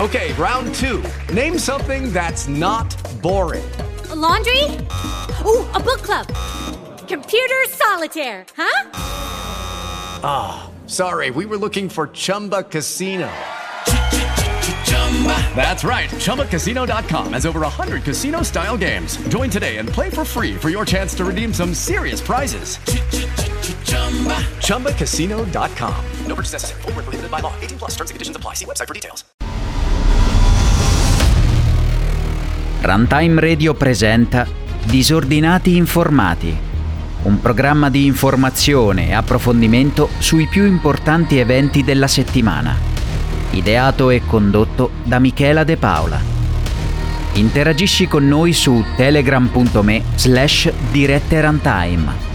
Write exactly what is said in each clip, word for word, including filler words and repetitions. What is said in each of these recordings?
Okay, round two. Name something that's not boring. A laundry? Ooh, a book club. Computer solitaire, huh? Ah, oh, sorry, we were looking for Chumba Casino. That's right, Chumba Casino dot com has over one hundred casino-style games. Join today and play for free for your chance to redeem some serious prizes. Chumba Casino dot com. No purchase necessary. Void where prohibited by law. eighteen plus terms and conditions apply. See website for details. Runtime Radio presenta Disordinati Informati, un programma di informazione e approfondimento sui più importanti eventi della settimana, ideato e condotto da Michela De Paola. Interagisci con noi su telegram punto me slash dirette runtime.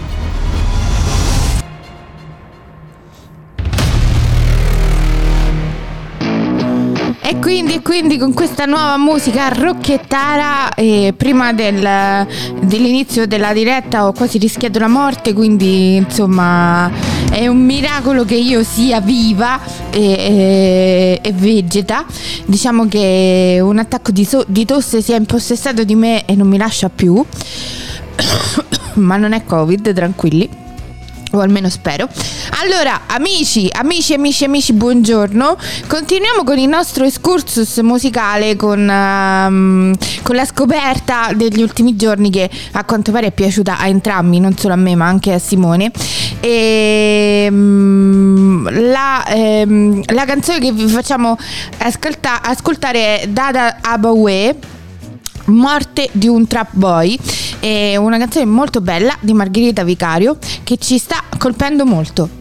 E quindi, e quindi con questa nuova musica rocchettara, eh, prima del, dell'inizio della diretta ho quasi rischiato la morte, quindi insomma è un miracolo che io sia viva e, e, e vegeta. Diciamo che un attacco di, so, di tosse si è impossessato di me e non mi lascia più ma non è Covid, tranquilli, o almeno spero. Allora, amici, amici, amici, amici, buongiorno. Continuiamo con il nostro excursus musicale con, um, con la scoperta degli ultimi giorni che a quanto pare è piaciuta a entrambi, non solo a me ma anche a Simone. E um, la, um, la canzone che vi facciamo ascolta- ascoltare è Dada Abawe, Morte di un Trap Boy, è una canzone molto bella di Margherita Vicario che ci sta colpendo molto.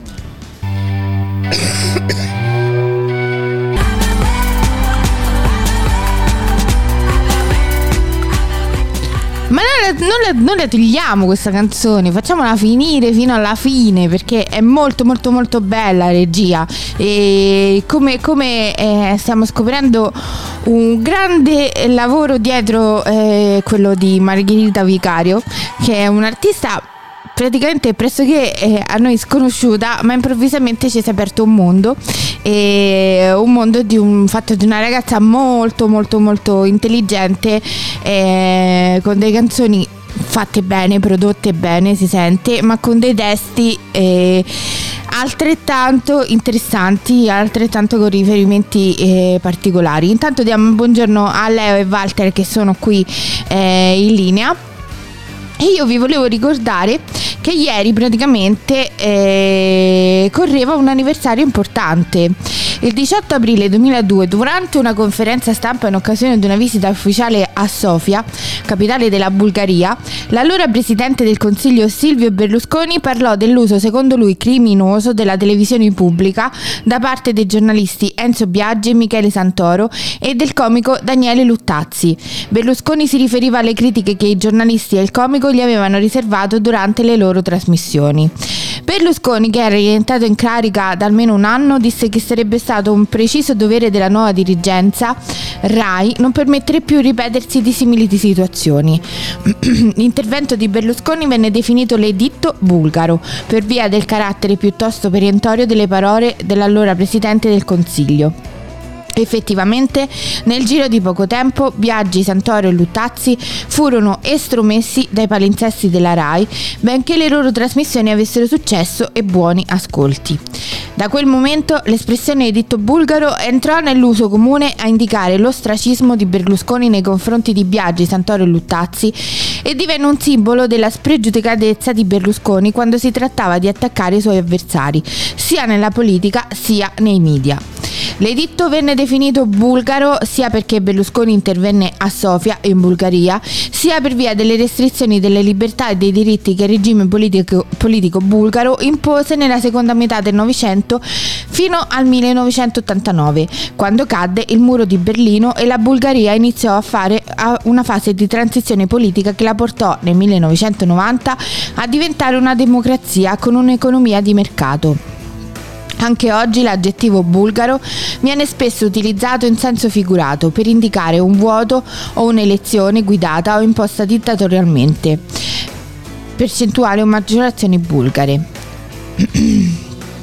Ma non la, non, la, non la togliamo questa canzone, facciamola finire fino alla fine perché è molto molto molto bella, regia. E come, come eh, stiamo scoprendo un grande lavoro dietro eh, quello di Margherita Vicario, che è un'artista praticamente pressoché eh, a noi sconosciuta, ma improvvisamente ci si è aperto un mondo, e un mondo di un, fatto di una ragazza molto molto molto intelligente, eh, con delle canzoni fatte bene, prodotte bene, si sente, ma con dei testi eh, altrettanto interessanti, altrettanto con riferimenti eh, particolari. Intanto diamo un buongiorno a Leo e Walter che sono qui eh, in linea. E io vi volevo ricordare che ieri praticamente eh, correva un anniversario importante. Il diciotto aprile duemiladue, durante una conferenza stampa in occasione di una visita ufficiale a Sofia, capitale della Bulgaria, l'allora presidente del Consiglio Silvio Berlusconi parlò dell'uso secondo lui criminoso della televisione pubblica da parte dei giornalisti Enzo Biagi e Michele Santoro e del comico Daniele Luttazzi. Berlusconi si riferiva alle critiche che i giornalisti e il comico gli avevano riservato durante le loro trasmissioni. Berlusconi, che era rientrato in carica da almeno un anno, disse che sarebbe stato un preciso dovere della nuova dirigenza Rai non permettere più il ripetersi di simili situazioni. L'intervento di Berlusconi venne definito l'editto bulgaro per via del carattere piuttosto perentorio delle parole dell'allora Presidente del Consiglio. Effettivamente, nel giro di poco tempo, Biagi, Santoro e Luttazzi furono estromessi dai palinsesti della Rai, benché le loro trasmissioni avessero successo e buoni ascolti. Da quel momento l'espressione editto bulgaro entrò nell'uso comune a indicare l'ostracismo di Berlusconi nei confronti di Biagi, Santoro e Luttazzi e divenne un simbolo della spregiudicatezza di Berlusconi quando si trattava di attaccare i suoi avversari, sia nella politica sia nei media. L'editto venne definito bulgaro sia perché Berlusconi intervenne a Sofia, in Bulgaria, sia per via delle restrizioni delle libertà e dei diritti che il regime politico, politico bulgaro impose nella seconda metà del Novecento fino al millenovecentottantanove, quando cadde il muro di Berlino e la Bulgaria iniziò a fare una fase di transizione politica che la portò nel millenovecentonovanta a diventare una democrazia con un'economia di mercato. Anche oggi l'aggettivo bulgaro viene spesso utilizzato in senso figurato per indicare un vuoto o un'elezione guidata o imposta dittatorialmente. Percentuali o maggiorazioni bulgare.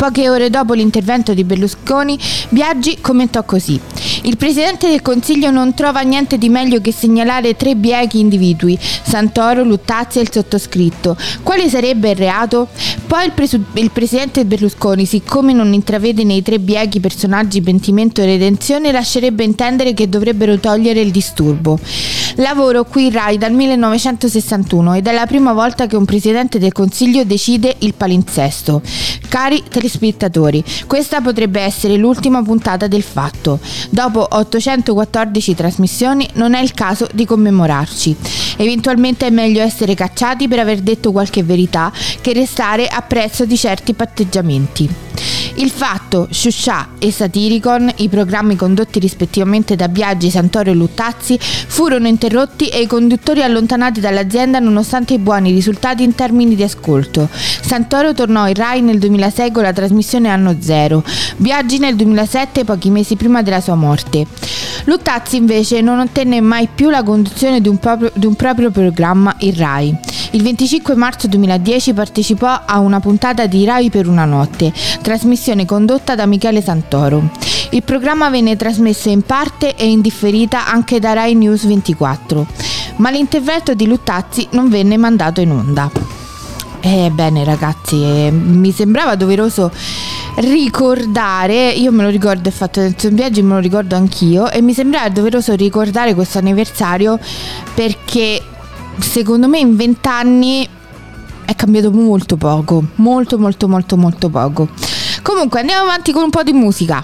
Poche ore dopo l'intervento di Berlusconi, Biagi commentò così: il Presidente del Consiglio non trova niente di meglio che segnalare tre biechi individui, Santoro, Luttazzi e il sottoscritto. Quale sarebbe il reato? Poi il, presu- il Presidente Berlusconi, siccome non intravede nei tre biechi personaggi pentimento e redenzione, lascerebbe intendere che dovrebbero togliere il disturbo. Lavoro qui Rai dal millenovecentosessantuno ed è la prima volta che un Presidente del Consiglio decide il palinsesto. Cari telespettatori, questa potrebbe essere l'ultima puntata del Fatto. Dopo ottocentoquattordici trasmissioni non è il caso di commemorarci. Eventualmente è meglio essere cacciati per aver detto qualche verità che restare appresso di certi patteggiamenti. Il Fatto, Sciuscià e Satiricon, i programmi condotti rispettivamente da Biagi, Santoro e Luttazzi, furono interrotti e i conduttori allontanati dall'azienda nonostante i buoni risultati in termini di ascolto. Santoro tornò in Rai nel duemilasei con la trasmissione Anno Zero, Biagi nel duemilasette, pochi mesi prima della sua morte. Luttazzi invece non ottenne mai più la conduzione di un proprio, di un proprio programma in Rai. Il venticinque marzo duemiladieci partecipò a una puntata di Rai per una notte, trasmissione condotta da Michele Santoro. Il programma venne trasmesso in parte e in differita anche da Rai News ventiquattro, ma l'intervento di Luttazzi non venne mandato in onda. Ebbene ragazzi, eh, mi sembrava doveroso ricordare, io me lo ricordo, il fatto del suo viaggio me lo ricordo anch'io, e mi sembrava doveroso ricordare questo anniversario perché secondo me in vent'anni è cambiato molto poco, molto molto molto molto poco. Comunque andiamo avanti con un po' di musica.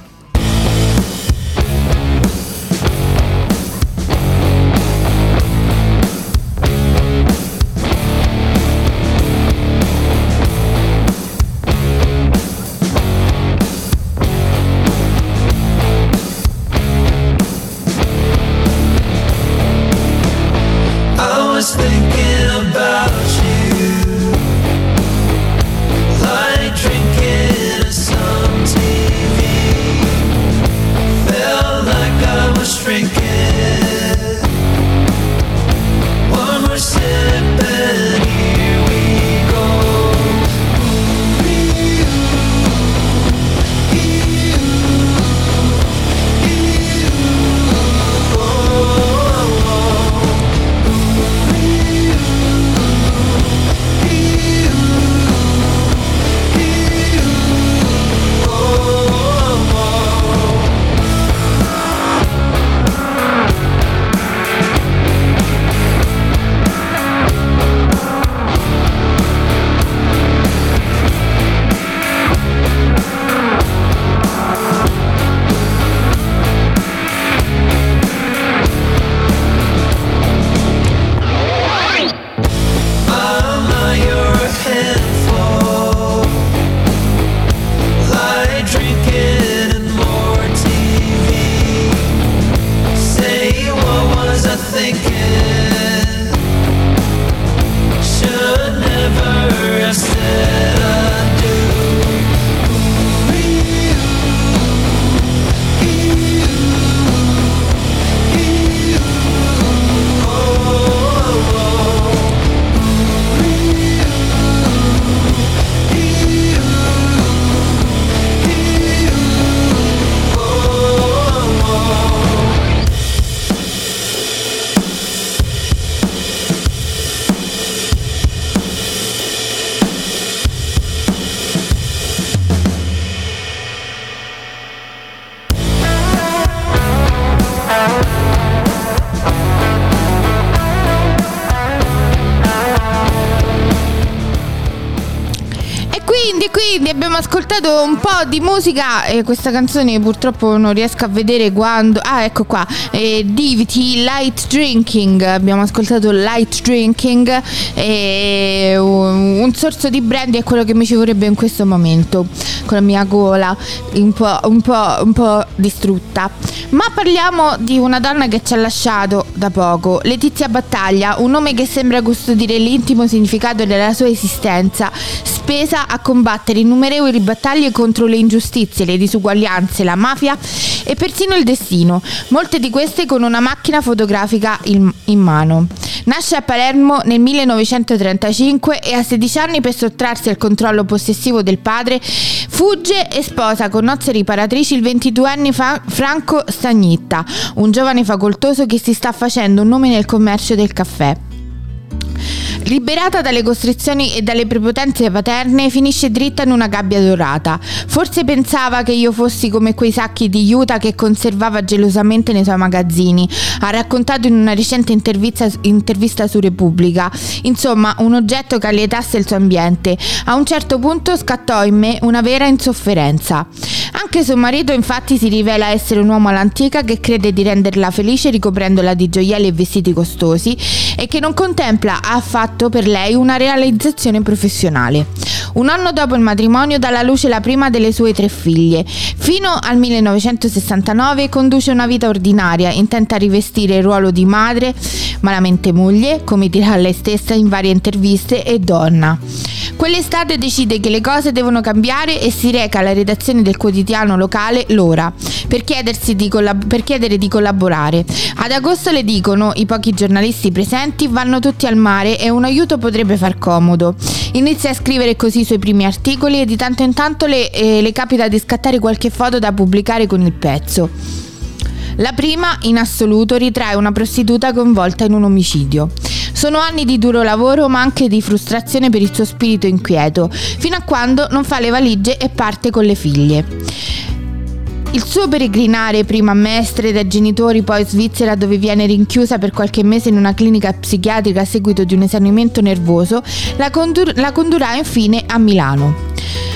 Quindi abbiamo ascoltato un po' di musica e questa canzone purtroppo non riesco a vedere quando. Ah, ecco qua, eh, D V T Light Drinking. Abbiamo ascoltato Light Drinking, e un, un sorso di brandy è quello che mi ci vorrebbe in questo momento, con la mia gola un po', un po', un po' distrutta. Ma parliamo di una donna che ci ha lasciato da poco, Letizia Battaglia, un nome che sembra custodire l'intimo significato della sua esistenza, spesa a combattere in innumerevoli battaglie contro le ingiustizie, le disuguaglianze, la mafia e persino il destino, molte di queste con una macchina fotografica in, in mano. Nasce a Palermo nel millenovecentotrentacinque e a sedici anni, per sottrarsi al controllo possessivo del padre, fugge e sposa con nozze riparatrici il ventiduenne fa- Franco Stagnitta, un giovane facoltoso che si sta facendo un nome nel commercio del caffè. Liberata dalle costrizioni e dalle prepotenze paterne, finisce dritta in una gabbia dorata. Forse pensava che io fossi come quei sacchi di juta che conservava gelosamente nei suoi magazzini, ha raccontato in una recente intervista, intervista su Repubblica. Insomma, un oggetto che allietasse il suo ambiente. A un certo punto scattò in me una vera insofferenza. Anche suo marito infatti si rivela essere un uomo all'antica che crede di renderla felice ricoprendola di gioielli e vestiti costosi e che non contempla affatto per lei una realizzazione professionale. Un anno dopo il matrimonio dà alla luce la prima delle sue tre figlie. Fino al millenovecentosessantanove conduce una vita ordinaria, intenta rivestire il ruolo di madre, malamente moglie, come dirà lei stessa in varie interviste, e donna. Quell'estate decide che le cose devono cambiare e si reca alla redazione del quotidiano locale L'Ora per, chiedersi di collab- per chiedere di collaborare. Ad agosto le dicono: i pochi giornalisti presenti vanno tutti al mare e un aiuto potrebbe far comodo. Inizia a scrivere così i suoi primi articoli e di tanto in tanto le, eh, le capita di scattare qualche foto da pubblicare con il pezzo. La prima, in assoluto, ritrae una prostituta coinvolta in un omicidio. Sono anni di duro lavoro, ma anche di frustrazione per il suo spirito inquieto, fino a quando non fa le valigie e parte con le figlie. Il suo peregrinare, prima a Mestre, dai genitori, poi in Svizzera, dove viene rinchiusa per qualche mese in una clinica psichiatrica a seguito di un esaurimento nervoso, la, condur- la condurrà infine a Milano.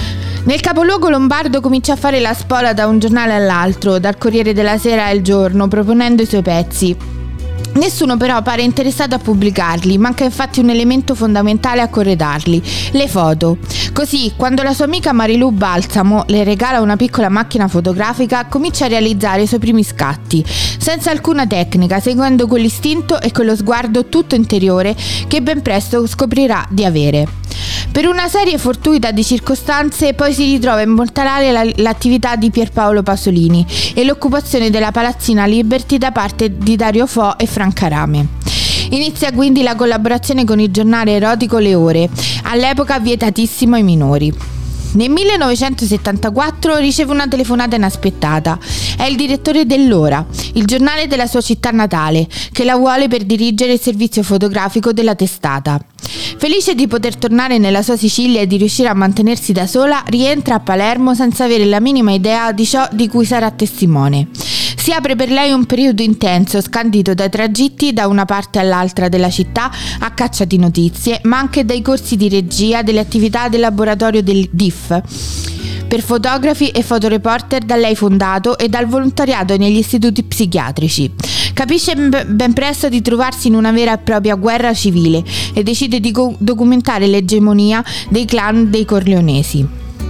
Nel capoluogo lombardo comincia a fare la spola da un giornale all'altro, dal Corriere della Sera al Giorno, proponendo i suoi pezzi. Nessuno però pare interessato a pubblicarli, manca infatti un elemento fondamentale a corredarli: le foto. Così, quando la sua amica Marilu Balsamo le regala una piccola macchina fotografica, comincia a realizzare i suoi primi scatti, senza alcuna tecnica, seguendo quell'istinto e quello sguardo tutto interiore che ben presto scoprirà di avere. Per una serie fortuita di circostanze poi si ritrova a immortalare la, l'attività di Pierpaolo Pasolini e l'occupazione della Palazzina Liberty da parte di Dario Fo e Franca Rame. Inizia quindi la collaborazione con il giornale erotico Le Ore, all'epoca vietatissimo ai minori. Nel millenovecentosettantaquattro riceve una telefonata inaspettata. È il direttore dell'Ora, il giornale della sua città natale, che la vuole per dirigere il servizio fotografico della testata. Felice di poter tornare nella sua Sicilia e di riuscire a mantenersi da sola, rientra a Palermo senza avere la minima idea di ciò di cui sarà testimone. Si apre per lei un periodo intenso, scandito dai tragitti da una parte all'altra della città a caccia di notizie, ma anche dai corsi di regia delle attività del laboratorio del D I F per fotografi e fotoreporter da lei fondato e dal volontariato negli istituti psichiatrici. Capisce ben presto di trovarsi in una vera e propria guerra civile e decide di co- documentare l'egemonia dei clan dei Corleonesi.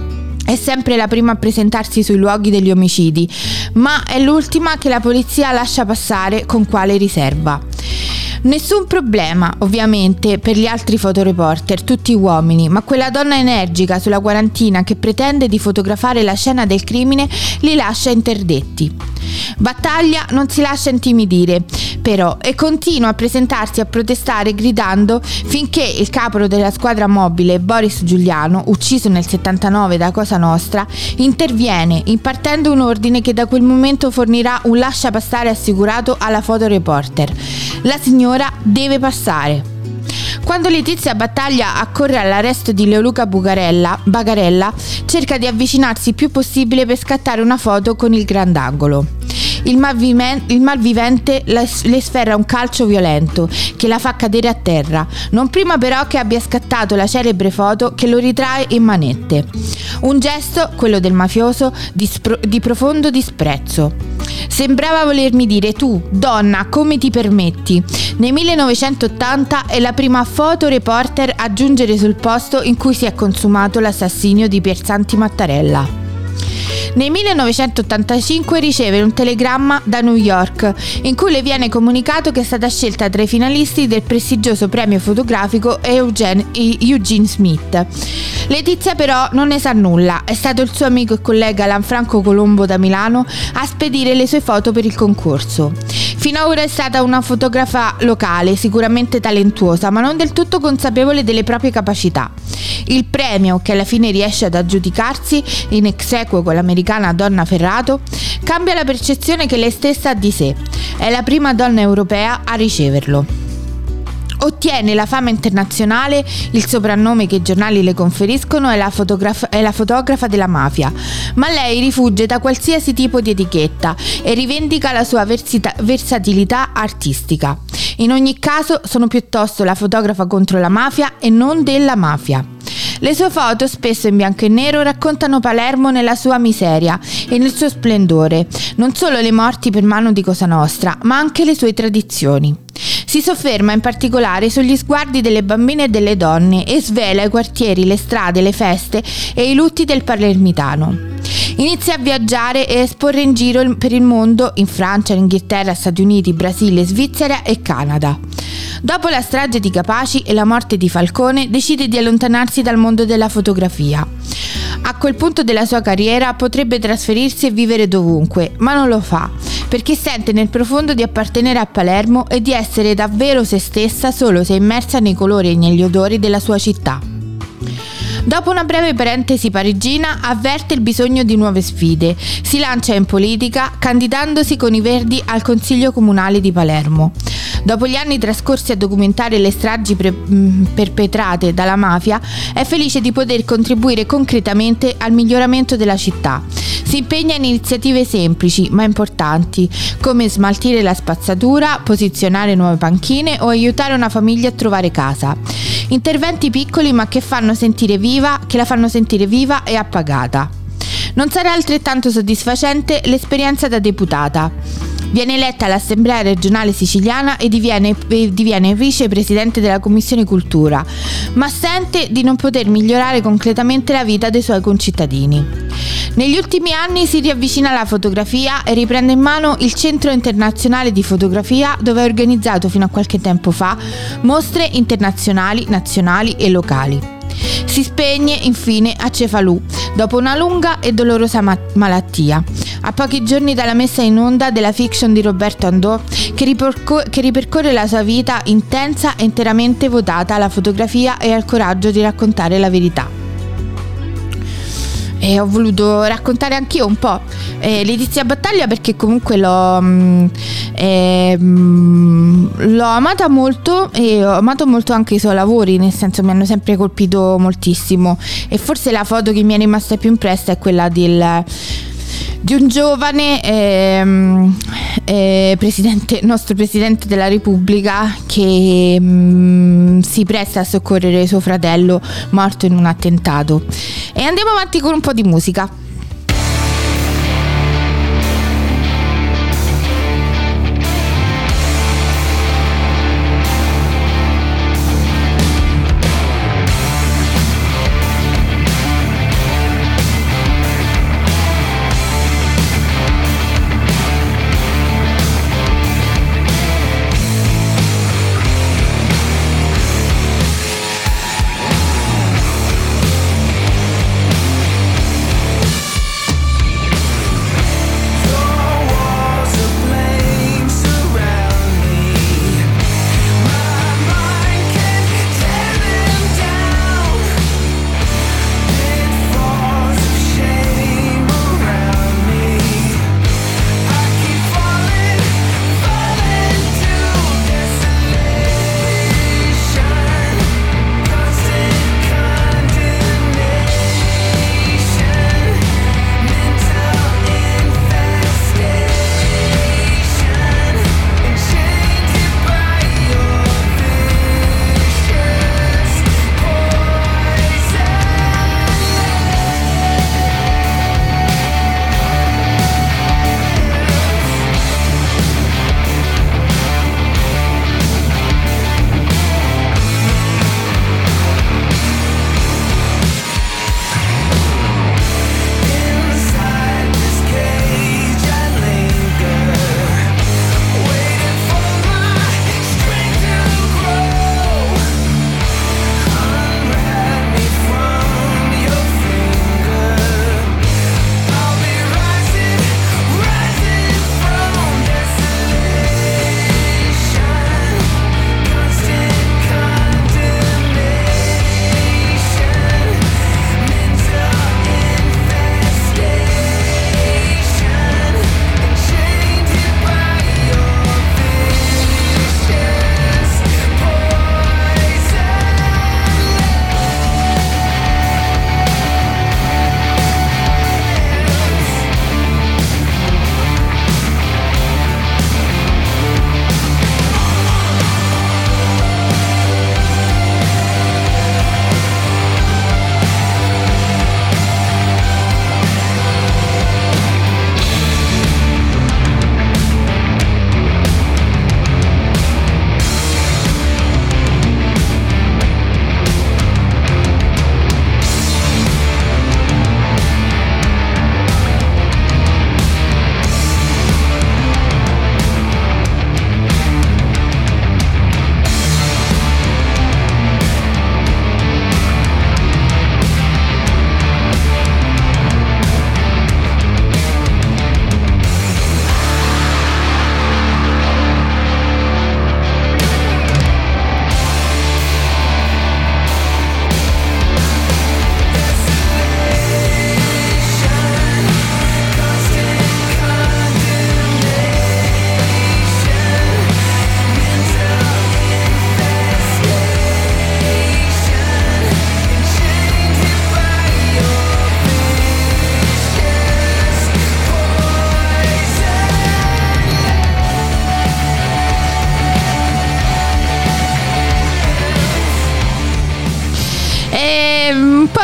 È sempre la prima a presentarsi sui luoghi degli omicidi, ma è l'ultima che la polizia lascia passare con quale riserva. Nessun problema, ovviamente, per gli altri fotoreporter, tutti uomini, ma quella donna energica sulla quarantina che pretende di fotografare la scena del crimine li lascia interdetti. Battaglia non si lascia intimidire, però, e continua a presentarsi a protestare gridando finché il capo della squadra mobile, Boris Giuliano, ucciso nel settantanove da Cosa Nostra, interviene impartendo un ordine che da quel momento fornirà un lasciapassare assicurato alla fotoreporter. La signora deve passare. Quando Letizia Battaglia accorre all'arresto di Leoluca Bugarella, Bagarella cerca di avvicinarsi il più possibile per scattare una foto con il grandangolo. Il, malviven- il malvivente le sferra un calcio violento che la fa cadere a terra, non prima però che abbia scattato la celebre foto che lo ritrae in manette. Un gesto, quello del mafioso, di, spro- di profondo disprezzo. Sembrava volermi dire: tu, donna, come ti permetti? Nel millenovecentottanta è la prima fotoreporter a giungere sul posto in cui si è consumato l'assassinio di Piersanti Mattarella. Nel millenovecentottantacinque riceve un telegramma da New York in cui le viene comunicato che è stata scelta tra i finalisti del prestigioso premio fotografico Eugene, Eugene Smith. Letizia però non ne sa nulla, è stato il suo amico e collega Lanfranco Colombo da Milano a spedire le sue foto per il concorso. Fino ad ora è stata una fotografa locale, sicuramente talentuosa, ma non del tutto consapevole delle proprie capacità. Il premio, che alla fine riesce ad aggiudicarsi in ex equo con l'americana Donna Ferrato, cambia la percezione che lei stessa ha di sé. È la prima donna europea a riceverlo. Ottiene la fama internazionale, il soprannome che i giornali le conferiscono è la, fotograf- è la fotografa della mafia, ma lei rifugge da qualsiasi tipo di etichetta e rivendica la sua versita- versatilità artistica. In ogni caso sono piuttosto la fotografa contro la mafia e non della mafia. Le sue foto, spesso in bianco e nero, raccontano Palermo nella sua miseria e nel suo splendore, non solo le morti per mano di Cosa Nostra, ma anche le sue tradizioni. Si sofferma in particolare sugli sguardi delle bambine e delle donne e svela i quartieri, le strade, le feste e i lutti del palermitano. Inizia a viaggiare e a esporre in giro per il mondo, in Francia, Inghilterra, Stati Uniti, Brasile, Svizzera e Canada. Dopo la strage di Capaci e la morte di Falcone, decide di allontanarsi dal mondo della fotografia. A quel punto della sua carriera potrebbe trasferirsi e vivere dovunque, ma non lo fa, perché sente nel profondo di appartenere a Palermo e di essere davvero se stessa solo se immersa nei colori e negli odori della sua città. Dopo una breve parentesi parigina, avverte il bisogno di nuove sfide. Si lancia in politica, candidandosi con i Verdi al Consiglio Comunale di Palermo. Dopo gli anni trascorsi a documentare le stragi pre- perpetrate dalla mafia, è felice di poter contribuire concretamente al miglioramento della città. Si impegna in iniziative semplici ma importanti, come smaltire la spazzatura, posizionare nuove panchine o aiutare una famiglia a trovare casa. Interventi piccoli ma che fanno sentire viva, che la fanno sentire viva e appagata. Non sarà altrettanto soddisfacente l'esperienza da deputata. Viene eletta all'Assemblea regionale siciliana e diviene, e diviene vicepresidente della Commissione Cultura, ma sente di non poter migliorare concretamente la vita dei suoi concittadini. Negli ultimi anni si riavvicina alla fotografia e riprende in mano il Centro Internazionale di Fotografia, dove ha organizzato fino a qualche tempo fa mostre internazionali, nazionali e locali. Si spegne infine a Cefalù dopo una lunga e dolorosa ma- malattia, a pochi giorni dalla messa in onda della fiction di Roberto Andò, che, ripercor- che ripercorre la sua vita intensa e interamente votata alla fotografia e al coraggio di raccontare la verità. E ho voluto raccontare anch'io un po' eh, Letizia Battaglia, perché comunque l'ho, mh, eh, mh, l'ho amata molto e ho amato molto anche i suoi lavori, nel senso mi hanno sempre colpito moltissimo, e forse la foto che mi è rimasta più impressa è quella del di un giovane ehm, eh, presidente, nostro Presidente della Repubblica, che mh, si presta a soccorrere suo fratello morto in un attentato. E andiamo avanti con un po' di musica.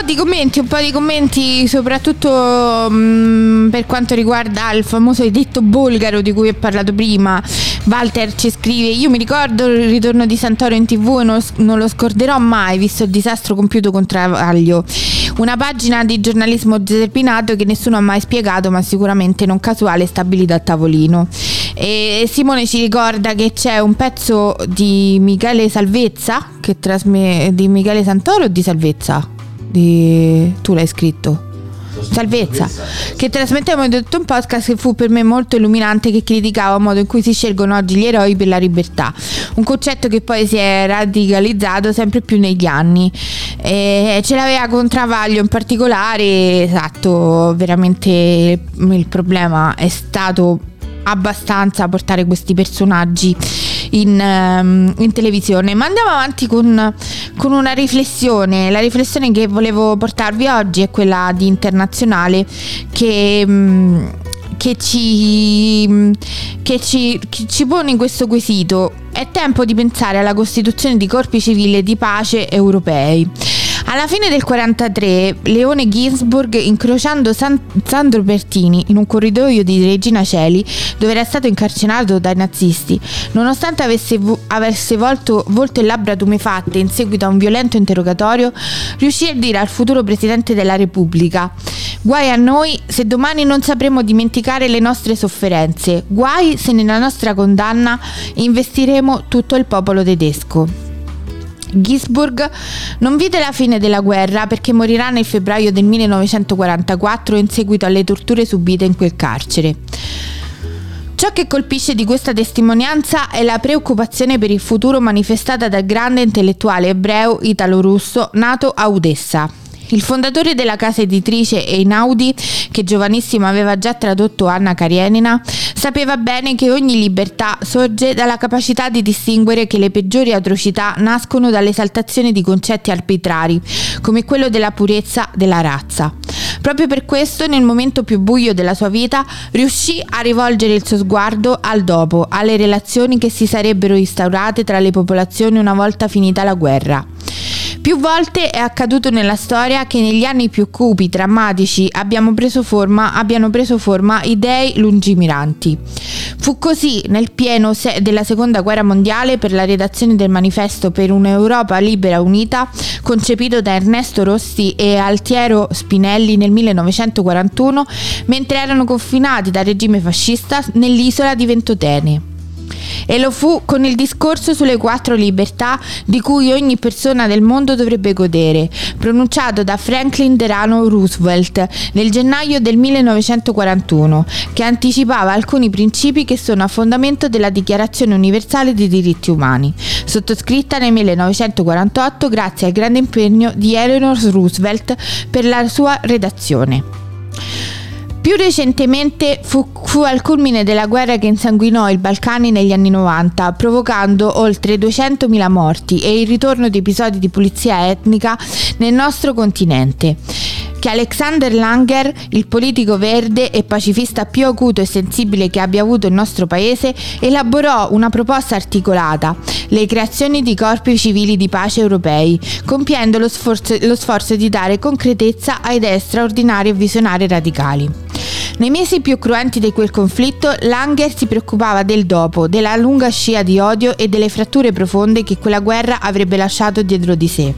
di commenti, un po' di commenti soprattutto mh, per quanto riguarda il famoso detto bulgaro di cui ho parlato prima. Walter ci scrive: io mi ricordo il ritorno di Santoro in tv e non, non lo scorderò mai, visto il disastro compiuto con Travaglio. Una pagina di giornalismo determinato che nessuno ha mai spiegato, ma sicuramente non casuale, stabilito a tavolino. E Simone ci ricorda che c'è un pezzo di Michele Salvezza che trasmette di Michele Santoro o di Salvezza? Di... tu l'hai scritto? Salvezza, che trasmetteva in tutto un podcast che fu per me molto illuminante, che criticava il modo in cui si scelgono oggi gli eroi per la libertà, un concetto che poi si è radicalizzato sempre più negli anni. E ce l'aveva con Travaglio in particolare. Esatto, veramente il problema è stato abbastanza portare questi personaggi in, um, in televisione. Ma andiamo avanti con, con una riflessione. La riflessione che volevo portarvi oggi è quella di Internazionale, che, um, che, ci, che, ci, che ci pone in questo quesito: è tempo di pensare alla costituzione di corpi civili di pace europei. Alla fine del quarantatré, Leone Ginsburg, incrociando San- Sandro Pertini in un corridoio di Regina Coeli, dove era stato incarcerato dai nazisti, nonostante avesse, vo- avesse volto, volto e labbra tumefatte in seguito a un violento interrogatorio, riuscì a dire al futuro Presidente della Repubblica: guai a noi se domani non sapremo dimenticare le nostre sofferenze, guai se nella nostra condanna investiremo tutto il popolo tedesco. Ginsburg non vide la fine della guerra perché morirà nel febbraio del millenovecentoquarantaquattro in seguito alle torture subite in quel carcere. Ciò che colpisce di questa testimonianza è la preoccupazione per il futuro manifestata dal grande intellettuale ebreo italo-russo nato a Odessa. Il fondatore della casa editrice Einaudi, che giovanissimo aveva già tradotto Anna Karenina, sapeva bene che ogni libertà sorge dalla capacità di distinguere che le peggiori atrocità nascono dall'esaltazione di concetti arbitrari, come quello della purezza della razza. Proprio per questo, nel momento più buio della sua vita, riuscì a rivolgere il suo sguardo al dopo, alle relazioni che si sarebbero instaurate tra le popolazioni una volta finita la guerra. Più volte è accaduto nella storia che negli anni più cupi, drammatici, abbiamo preso forma, abbiano preso forma idee lungimiranti. Fu così nel pieno se- della seconda guerra mondiale, per la redazione del manifesto per un'Europa libera unita, concepito da Ernesto Rossi e Altiero Spinelli nel millenovecentoquarantuno, mentre erano confinati dal regime fascista nell'isola di Ventotene. E lo fu con il discorso sulle quattro libertà di cui ogni persona del mondo dovrebbe godere, pronunciato da Franklin Delano Roosevelt nel gennaio del millenovecentoquarantuno, che anticipava alcuni principi che sono a fondamento della Dichiarazione Universale dei Diritti Umani, sottoscritta nel millenovecentoquarantotto grazie al grande impegno di Eleanor Roosevelt per la sua redazione. Più recentemente fu, fu al culmine della guerra che insanguinò i Balcani negli anni novanta, provocando oltre duecentomila morti e il ritorno di episodi di pulizia etnica nel nostro continente, che Alexander Langer, il politico verde e pacifista più acuto e sensibile che abbia avuto il nostro paese, elaborò una proposta articolata: le creazioni di corpi civili di pace europei, compiendo lo sforzo, lo sforzo di dare concretezza a idee straordinarie e visionarie radicali. Nei mesi più cruenti di quel conflitto, Langer si preoccupava del dopo, della lunga scia di odio e delle fratture profonde che quella guerra avrebbe lasciato dietro di sé.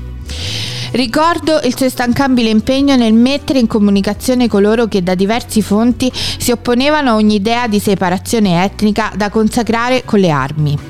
Ricordo il suo instancabile impegno nel mettere in comunicazione coloro che da diverse fonti si opponevano a ogni idea di separazione etnica da consacrare con le armi.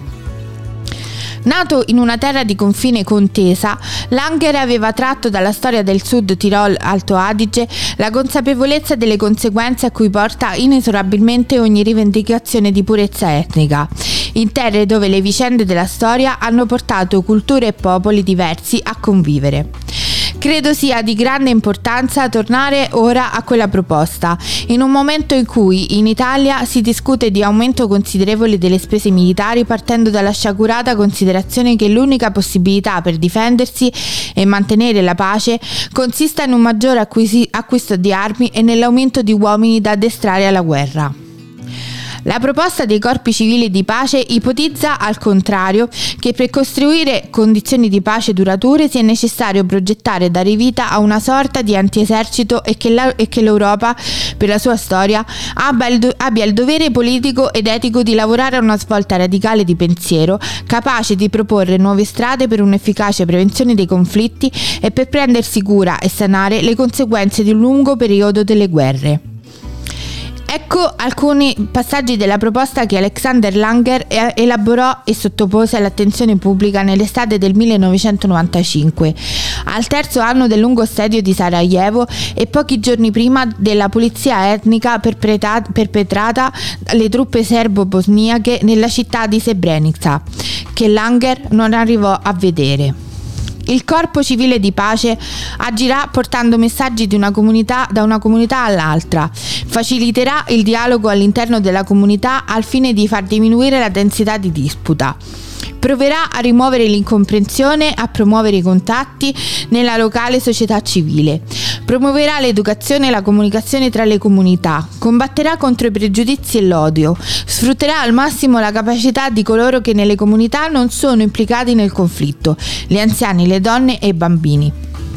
Nato in una terra di confine contesa, Langer aveva tratto dalla storia del Sud Tirol Alto Adige la consapevolezza delle conseguenze a cui porta inesorabilmente ogni rivendicazione di purezza etnica, in terre dove le vicende della storia hanno portato culture e popoli diversi a convivere. Credo sia di grande importanza tornare ora a quella proposta, in un momento in cui in Italia si discute di aumento considerevole delle spese militari, partendo dalla sciagurata considerazione che l'unica possibilità per difendersi e mantenere la pace consista in un maggiore acquisi- acquisto di armi e nell'aumento di uomini da addestrare alla guerra. La proposta dei corpi civili di pace ipotizza, al contrario, che per costruire condizioni di pace durature sia necessario progettare e dare vita a una sorta di antiesercito e che, la, e che l'Europa, per la sua storia, abbia il, do, abbia il dovere politico ed etico di lavorare a una svolta radicale di pensiero, capace di proporre nuove strade per un'efficace prevenzione dei conflitti e per prendersi cura e sanare le conseguenze di un lungo periodo delle guerre. Ecco alcuni passaggi della proposta che Alexander Langer elaborò e sottopose all'attenzione pubblica nell'estate del millenovecentonovantacinque, al terzo anno del lungo assedio di Sarajevo e pochi giorni prima della pulizia etnica perpetrata dalle truppe serbo-bosniache nella città di Srebrenica, che Langer non arrivò a vedere. Il corpo civile di pace agirà portando messaggi di una comunità da una comunità all'altra, faciliterà il dialogo all'interno della comunità al fine di far diminuire la densità di disputa. Proverà a rimuovere l'incomprensione, a promuovere i contatti nella locale società civile. Promuoverà l'educazione e la comunicazione tra le comunità. Combatterà contro i pregiudizi e l'odio. Sfrutterà al massimo la capacità di coloro che nelle comunità non sono implicati nel conflitto: gli anziani, le donne e i bambini.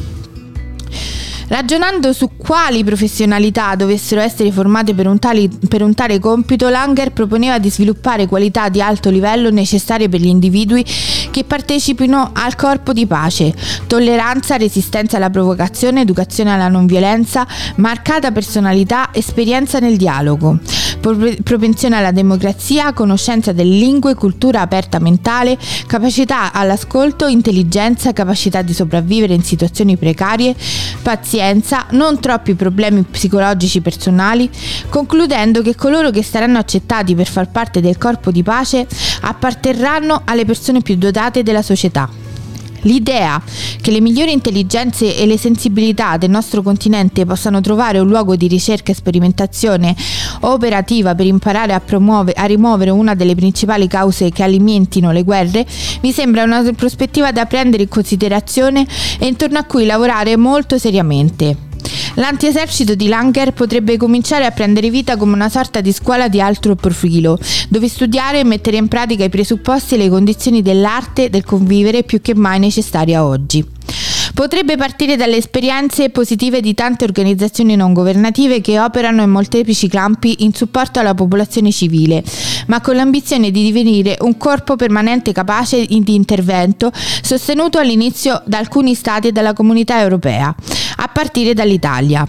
Ragionando su quali professionalità dovessero essere formate per un, tali, per un tale compito, Langer proponeva di sviluppare qualità di alto livello necessarie per gli individui che partecipino al corpo di pace: tolleranza, resistenza alla provocazione, educazione alla non violenza, marcata personalità, esperienza nel dialogo, propensione alla democrazia, conoscenza delle lingue, cultura aperta mentale, capacità all'ascolto, intelligenza, capacità di sopravvivere in situazioni precarie, pazienza, non troppi problemi psicologici personali, concludendo che coloro che saranno accettati per far parte del corpo di pace apparterranno alle persone più dotate della società. L'idea che le migliori intelligenze e le sensibilità del nostro continente possano trovare un luogo di ricerca e sperimentazione operativa per imparare a promuovere, a rimuovere una delle principali cause che alimentino le guerre, mi sembra una prospettiva da prendere in considerazione e intorno a cui lavorare molto seriamente. L'antiesercito di Langer potrebbe cominciare a prendere vita come una sorta di scuola di alto profilo, dove studiare e mettere in pratica i presupposti e le condizioni dell'arte del convivere più che mai necessaria oggi. Potrebbe partire dalle esperienze positive di tante organizzazioni non governative che operano in molteplici campi in supporto alla popolazione civile, ma con l'ambizione di divenire un corpo permanente capace di intervento, sostenuto all'inizio da alcuni stati e dalla comunità europea, a partire dall'Italia.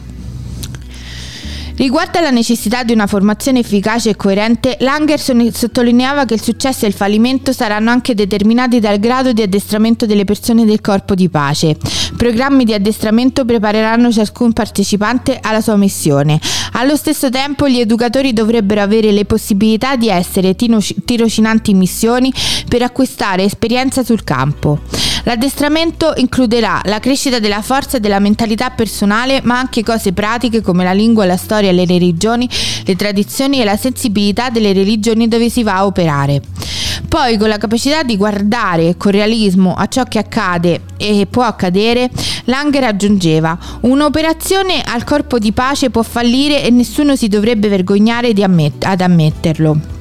Riguardo alla necessità di una formazione efficace e coerente, Langer sottolineava che il successo e il fallimento saranno anche determinati dal grado di addestramento delle persone del corpo di pace. Programmi di addestramento prepareranno ciascun partecipante alla sua missione. Allo stesso tempo, gli educatori dovrebbero avere le possibilità di essere tirocinanti in missioni per acquistare esperienza sul campo. L'addestramento includerà la crescita della forza e della mentalità personale, ma anche cose pratiche come la lingua, la storia, le religioni, le tradizioni e la sensibilità delle religioni dove si va a operare. Poi, con la capacità di guardare con realismo a ciò che accade e può accadere, Langer aggiungeva: un'operazione al corpo di pace può fallire e nessuno si dovrebbe vergognare di ammet- ad ammetterlo.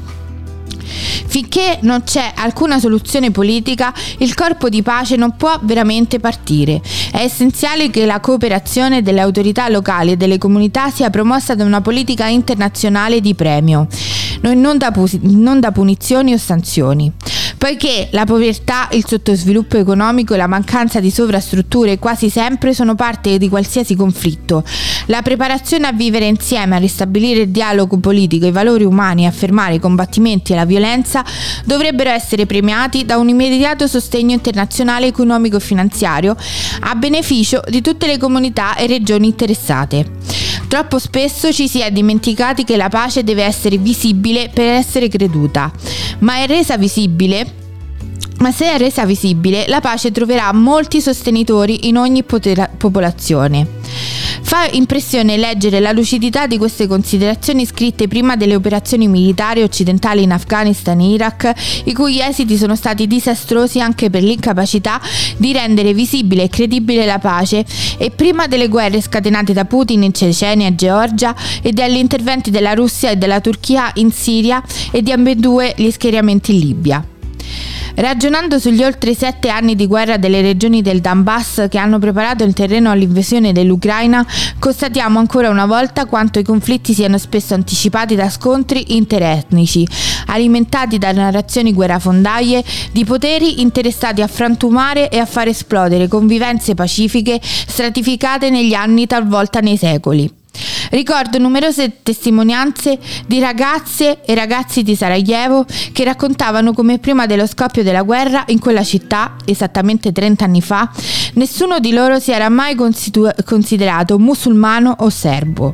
Finché non c'è alcuna soluzione politica, il corpo di pace non può veramente partire. È essenziale che la cooperazione delle autorità locali e delle comunità sia promossa da una politica internazionale di premio, non da, pu- non da punizioni o sanzioni. Poiché la povertà, il sottosviluppo economico e la mancanza di sovrastrutture quasi sempre sono parte di qualsiasi conflitto, la preparazione a vivere insieme, a ristabilire il dialogo politico, i valori umani e a fermare i combattimenti e la violenza dovrebbero essere premiati da un immediato sostegno internazionale economico e finanziario a beneficio di tutte le comunità e regioni interessate. Troppo spesso ci si è dimenticati che la pace deve essere visibile per essere creduta, ma è resa visibile Ma se è resa visibile, la pace troverà molti sostenitori in ogni potera- popolazione. Fa impressione leggere la lucidità di queste considerazioni scritte prima delle operazioni militari occidentali in Afghanistan e Iraq, i cui esiti sono stati disastrosi anche per l'incapacità di rendere visibile e credibile la pace, e prima delle guerre scatenate da Putin in Cecenia e Georgia e degli interventi della Russia e della Turchia in Siria e di ambedue gli schieramenti in Libia. Ragionando sugli oltre sette anni di guerra delle regioni del Donbass che hanno preparato il terreno all'invasione dell'Ucraina, constatiamo ancora una volta quanto i conflitti siano spesso anticipati da scontri interetnici, alimentati da narrazioni guerrafondaie di poteri interessati a frantumare e a far esplodere convivenze pacifiche stratificate negli anni, talvolta nei secoli. Ricordo numerose testimonianze di ragazze e ragazzi di Sarajevo che raccontavano come prima dello scoppio della guerra in quella città, esattamente trenta anni fa, nessuno di loro si era mai consider- considerato musulmano o serbo.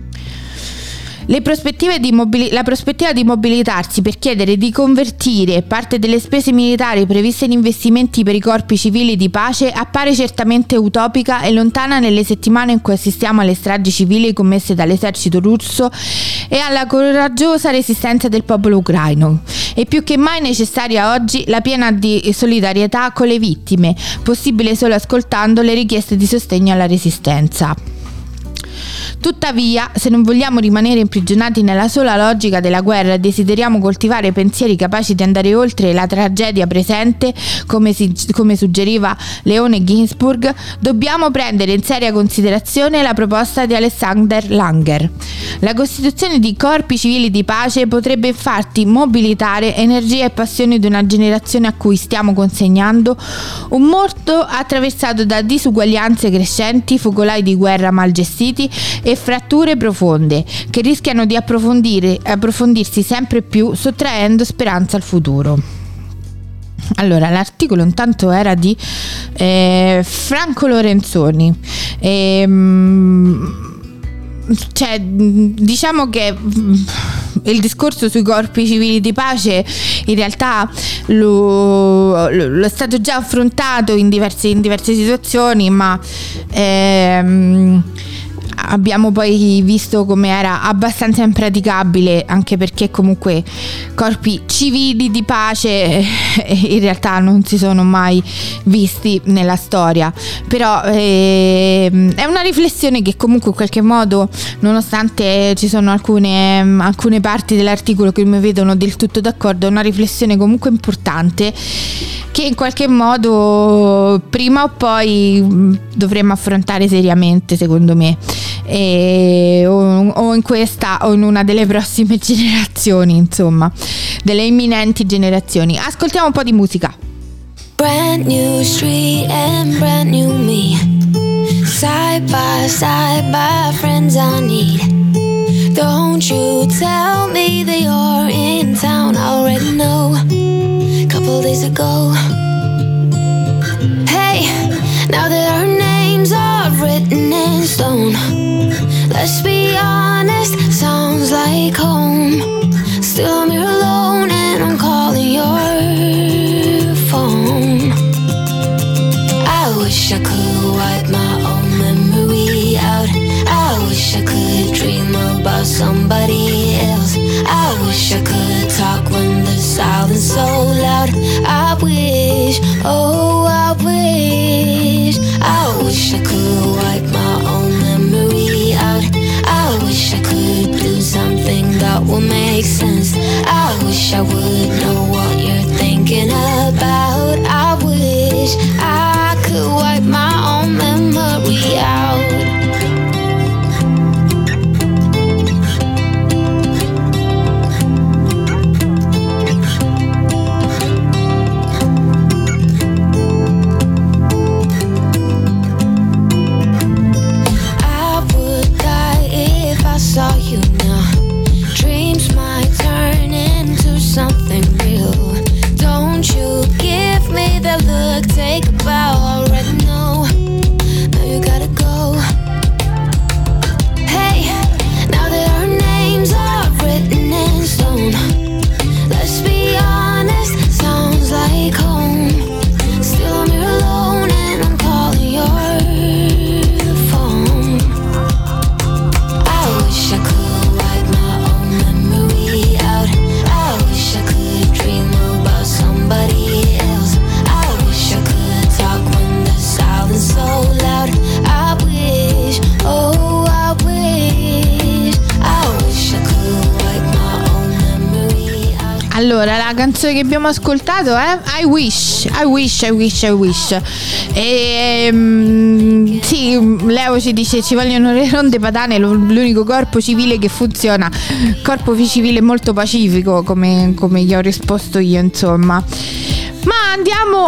Le prospettive di mobili- la prospettiva di mobilitarsi per chiedere di convertire parte delle spese militari previste in investimenti per i corpi civili di pace appare certamente utopica e lontana nelle settimane in cui assistiamo alle stragi civili commesse dall'esercito russo e alla coraggiosa resistenza del popolo ucraino. È più che mai necessaria oggi la piena di solidarietà con le vittime, possibile solo ascoltando le richieste di sostegno alla resistenza. Tuttavia, se non vogliamo rimanere imprigionati nella sola logica della guerra e desideriamo coltivare pensieri capaci di andare oltre la tragedia presente, come, si, come suggeriva Leone Ginsburg, dobbiamo prendere in seria considerazione la proposta di Alexander Langer. La costituzione di corpi civili di pace potrebbe infatti mobilitare energia e passioni di una generazione a cui stiamo consegnando un mondo attraversato da disuguaglianze crescenti, focolai di guerra mal gestiti e fratture profonde che rischiano di approfondire, approfondirsi sempre più, sottraendo speranza al futuro. Allora, l'articolo intanto era di eh, Franco Lorenzoni. Ehm, cioè, diciamo che il discorso sui corpi civili di pace in realtà lo, lo, lo è stato già affrontato in diverse, in diverse situazioni, ma ehm, abbiamo poi visto come era abbastanza impraticabile, anche perché comunque corpi civili di pace in realtà non si sono mai visti nella storia. Però eh, è una riflessione che comunque in qualche modo, nonostante ci sono alcune, alcune parti dell'articolo che mi vedono del tutto d'accordo, è una riflessione comunque importante che in qualche modo prima o poi dovremmo affrontare seriamente, secondo me, e, o, o in questa o in una delle prossime generazioni, insomma, delle imminenti generazioni. Ascoltiamo un po' di musica. Brand new street and brand new me, side by side by friends I need. Don't you tell me that you're in town, I already know. Couple days ago, hey, now that our names are written in stone, let's be honest, sounds like home. Still I'm here alone and I'm calling your phone. I wish I could wipe my own memory out. I wish I could dream about somebody else. I wish I could talk when the silence so loud. I wish, oh I wish, I wish I could wipe my own memory out. I wish I could do something that will make sense. I wish I would know what you're thinking about. I wish I could wipe my own memory out. Saw you now. Dreams might turn into something real. Don't you give me the look, take a bite. Allora, la canzone che abbiamo ascoltato è I Wish, I Wish, I Wish, I Wish. E, mm, sì, Leo ci dice ci vogliono le ronde padane, l'unico corpo civile che funziona. Corpo civile molto pacifico, come, come gli ho risposto io, insomma. Ma andiamo,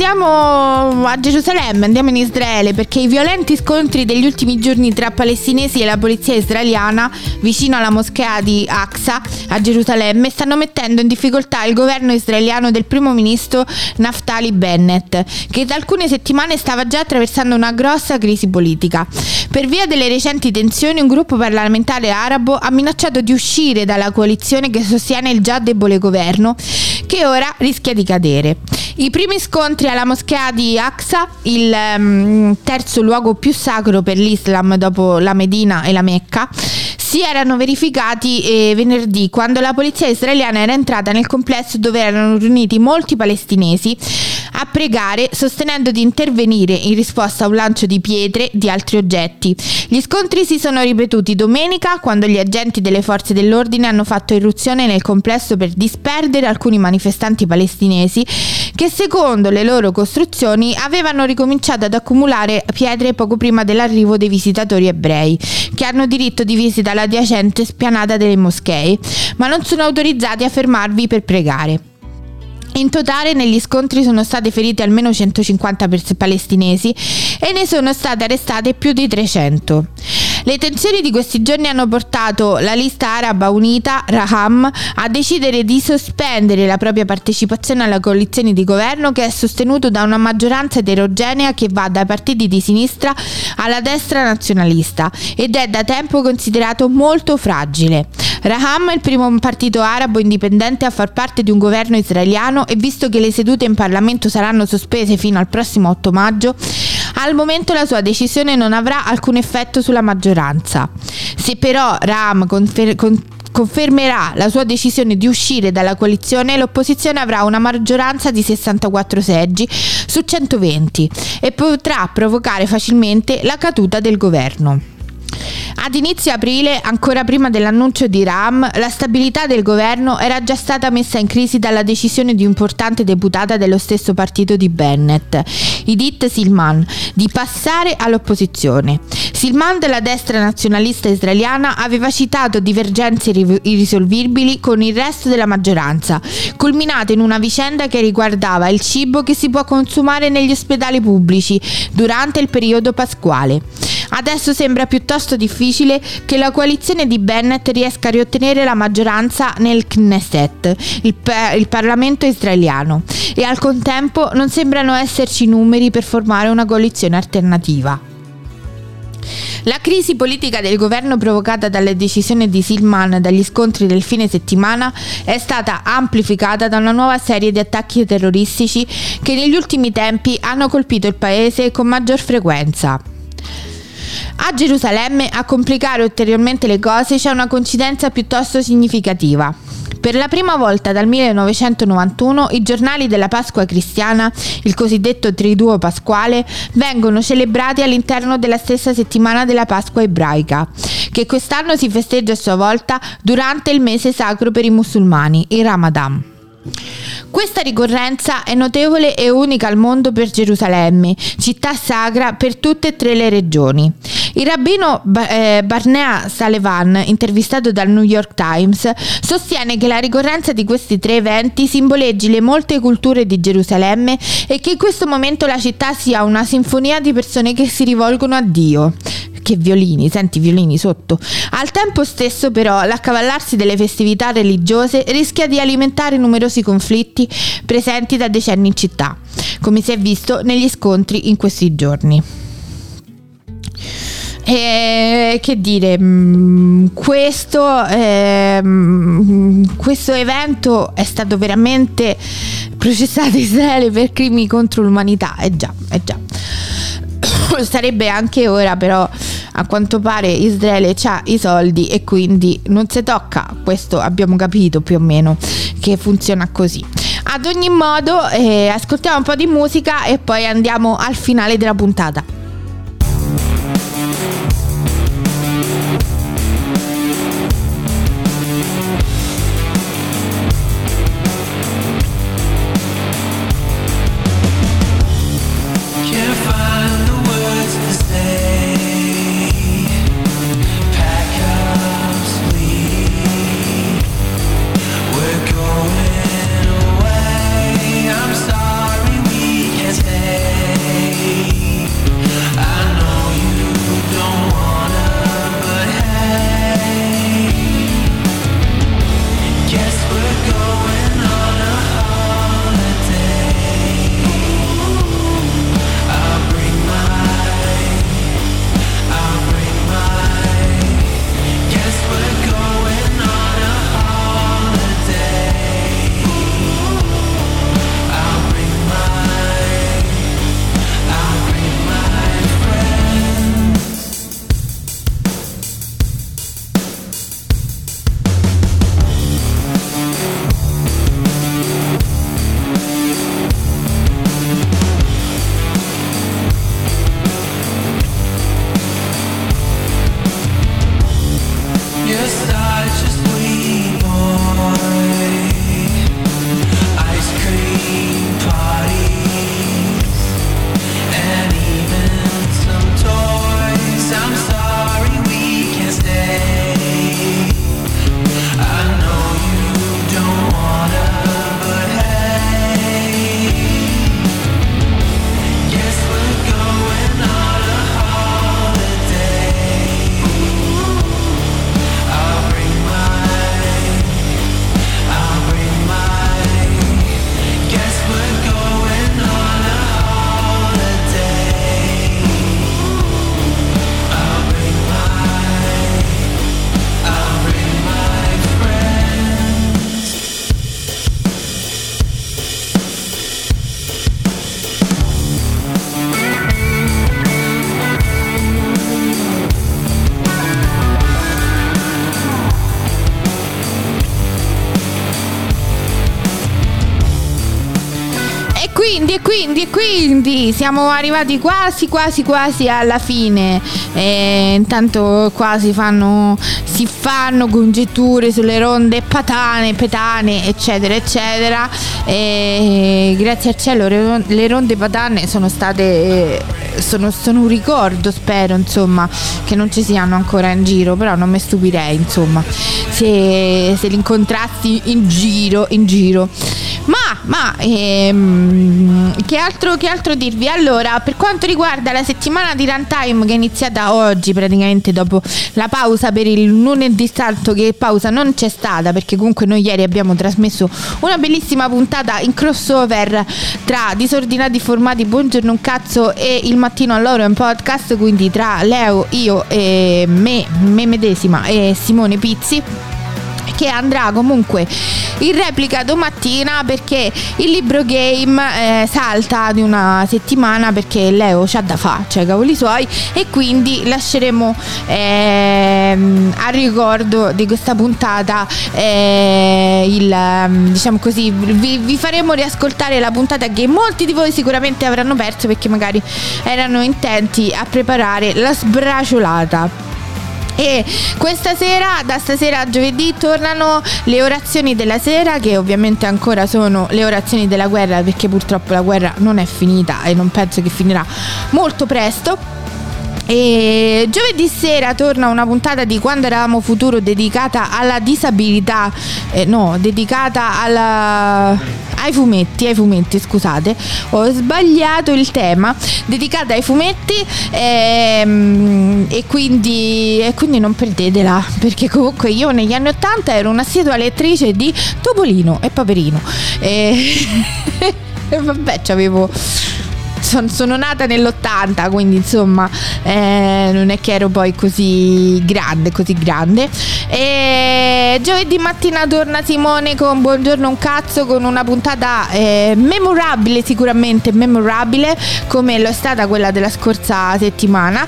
andiamo a Gerusalemme, andiamo in Israele, perché i violenti scontri degli ultimi giorni tra palestinesi e la polizia israeliana vicino alla moschea di Aqsa a Gerusalemme stanno mettendo in difficoltà il governo israeliano del primo ministro Naftali Bennett, che da alcune settimane stava già attraversando una grossa crisi politica. Per via delle recenti tensioni, un gruppo parlamentare arabo ha minacciato di uscire dalla coalizione che sostiene il già debole governo, che ora rischia di cadere. I primi scontri alla moschea di Aqsa, il um, terzo luogo più sacro per l'Islam dopo la Medina e la Mecca, si erano verificati eh, venerdì, quando la polizia israeliana era entrata nel complesso dove erano riuniti molti palestinesi a pregare, sostenendo di intervenire in risposta a un lancio di pietre e di altri oggetti. Gli scontri si sono ripetuti domenica, quando gli agenti delle forze dell'ordine hanno fatto irruzione nel complesso per disperdere alcuni manifestanti palestinesi che, secondo le loro costruzioni, avevano ricominciato ad accumulare pietre poco prima dell'arrivo dei visitatori ebrei, che hanno diritto di visita alla adiacente spianata delle moschee, ma non sono autorizzati a fermarvi per pregare. In totale negli scontri sono state ferite almeno centocinquanta palestinesi e ne sono state arrestate più di trecento. Le tensioni di questi giorni hanno portato la lista araba unita, Raham, a decidere di sospendere la propria partecipazione alla coalizione di governo, che è sostenuto da una maggioranza eterogenea che va dai partiti di sinistra alla destra nazionalista ed è da tempo considerato molto fragile. Raham è il primo partito arabo indipendente a far parte di un governo israeliano e, visto che le sedute in Parlamento saranno sospese fino al prossimo otto maggio, al momento la sua decisione non avrà alcun effetto sulla maggioranza. Se però Raham confer- con- confermerà la sua decisione di uscire dalla coalizione, l'opposizione avrà una maggioranza di sessantaquattro seggi su centoventi e potrà provocare facilmente la caduta del governo. Ad inizio aprile, ancora prima dell'annuncio di Raham, la stabilità del governo era già stata messa in crisi dalla decisione di un'importante deputata dello stesso partito di Bennett, Idit Silman, di passare all'opposizione. Silman, della destra nazionalista israeliana, aveva citato divergenze irrisolvibili con il resto della maggioranza, culminate in una vicenda che riguardava il cibo che si può consumare negli ospedali pubblici durante il periodo pasquale. Adesso sembra piuttosto difficile che la coalizione di Bennett riesca a riottenere la maggioranza nel Knesset, il, pa- il Parlamento israeliano, e al contempo non sembrano esserci numeri per formare una coalizione alternativa. La crisi politica del governo provocata dalle decisioni di Silman dagli scontri del fine settimana è stata amplificata da una nuova serie di attacchi terroristici che negli ultimi tempi hanno colpito il paese con maggior frequenza. A Gerusalemme, a complicare ulteriormente le cose, c'è una coincidenza piuttosto significativa. Per la prima volta dal millenovecentonovantuno i giornali della Pasqua cristiana, il cosiddetto Triduo pasquale, vengono celebrati all'interno della stessa settimana della Pasqua ebraica, che quest'anno si festeggia a sua volta durante il mese sacro per i musulmani, il Ramadan. Questa ricorrenza è notevole e unica al mondo per Gerusalemme, città sacra per tutte e tre le regioni. Il rabbino Barnea Salevan, intervistato dal New York Times, sostiene che la ricorrenza di questi tre eventi simboleggi le molte culture di Gerusalemme e che in questo momento la città sia una sinfonia di persone che si rivolgono a Dio. Che violini, senti violini sotto. Al tempo stesso però l'accavallarsi delle festività religiose rischia di alimentare numerosi conflitti presenti da decenni in città, come si è visto negli scontri in questi giorni. E che dire, questo, eh, questo evento è stato veramente processato Israele per crimini contro l'umanità. Eh già, eh già. Sarebbe anche ora, però a quanto pare Israele c'ha i soldi e quindi non si tocca. Questo abbiamo capito più o meno che funziona così. Ad ogni modo, eh, ascoltiamo un po' di musica e poi andiamo al finale della puntata. quindi, e quindi, e quindi siamo arrivati quasi, quasi, quasi alla fine. E intanto qua si fanno, si fanno congetture sulle ronde patane, petane, eccetera, eccetera. E grazie al cielo le ronde padane sono state, sono, sono un ricordo, spero, insomma, che non ci siano ancora in giro, però non mi stupirei, insomma, se, se li incontrassi in giro, in giro. Ma, ma ehm, che altro, che altro dirvi? Allora, per quanto riguarda la settimana di Runtime, che è iniziata oggi, praticamente dopo la pausa per il lunedì santo, che pausa non c'è stata, perché comunque noi ieri abbiamo trasmesso una bellissima puntata in crossover tra Disordinati Formati, Buongiorno un cazzo, e Il Mattino all'Oro in podcast, quindi tra Leo, io e me, me medesima e Simone Pizzi, che andrà comunque in replica domattina, perché il libro game eh, salta di una settimana perché Leo c'ha da fa, cioè cavoli suoi, e quindi lasceremo eh, a ricordo di questa puntata eh, il, diciamo così, vi, vi faremo riascoltare la puntata che molti di voi sicuramente avranno perso perché magari erano intenti a preparare la sbriciolata. E questa sera, da stasera a giovedì, tornano le orazioni della sera, che ovviamente ancora sono le orazioni della guerra, perché purtroppo la guerra non è finita e non penso che finirà molto presto. E giovedì sera torna una puntata di Quando eravamo futuro dedicata alla disabilità, eh, no, dedicata alla... ai fumetti, ai fumetti, scusate, ho sbagliato il tema, dedicata ai fumetti, ehm, e quindi e quindi non perdetela, perché comunque io negli anni ottanta ero un'assidua lettrice di Topolino e Paperino e, e vabbè, c'avevo Son, sono nata nell'ottanta, quindi insomma eh, non è che ero poi così grande, così grande. E giovedì mattina torna Simone con Buongiorno un cazzo, con una puntata eh, memorabile, sicuramente memorabile, come lo è stata quella della scorsa settimana.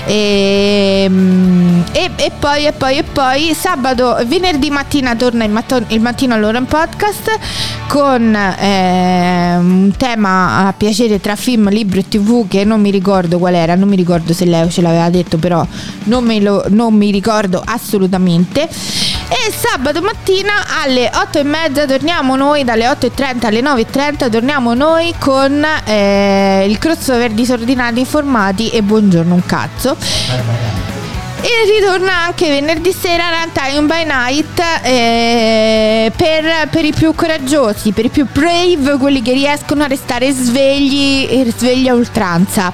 E, e, e poi e poi e poi sabato, venerdì mattina torna il, matto, il Mattino all'Ora in podcast, con eh, un tema a piacere tra film, libro e tv, che non mi ricordo qual era, non mi ricordo se Leo ce l'aveva detto, però non, me lo, non mi ricordo assolutamente. E sabato mattina alle otto e mezza torniamo noi, dalle otto e trenta alle nove e trenta torniamo noi con eh, il crossover Disordinati Informati e Buongiorno un cazzo. E ritorna anche venerdì sera Runtime by Night eh, per, per i più coraggiosi, per i più brave, quelli che riescono a restare svegli e svegli a oltranza.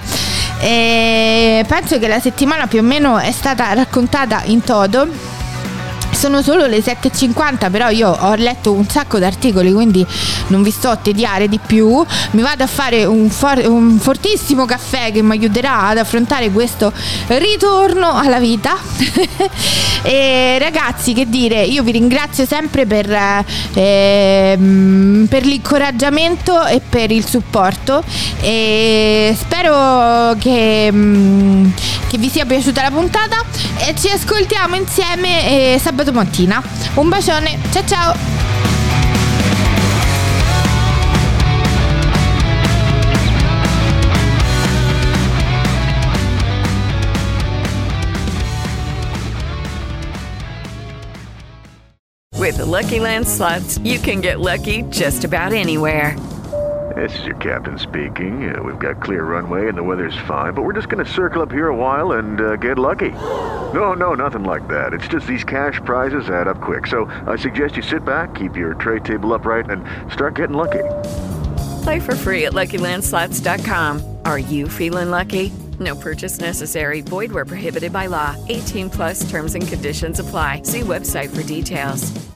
E penso che la settimana più o meno è stata raccontata in toto. Sono solo le sette e cinquanta, però io ho letto un sacco di articoli, quindi non vi sto a tediare di più. Mi vado a fare un, for- un fortissimo caffè che mi aiuterà ad affrontare questo ritorno alla vita. E ragazzi, che dire, io vi ringrazio sempre per, eh, per l'incoraggiamento e per il supporto, e spero che, che vi sia piaciuta la puntata, e ci ascoltiamo insieme eh, sabato mattina. Un bacione, ciao ciao. With the Lucky Land Slots, you can get lucky just about anywhere. This is your captain speaking. Uh, we've got clear runway and the weather's fine, but we're just going to circle up here a while and uh, get lucky. No, no, nothing like that. It's just these cash prizes add up quick. So I suggest you sit back, keep your tray table upright, and start getting lucky. Play for free at Lucky Land Slots dot com. Are you feeling lucky? No purchase necessary. Void where prohibited by law. eighteen plus terms and conditions apply. See website for details.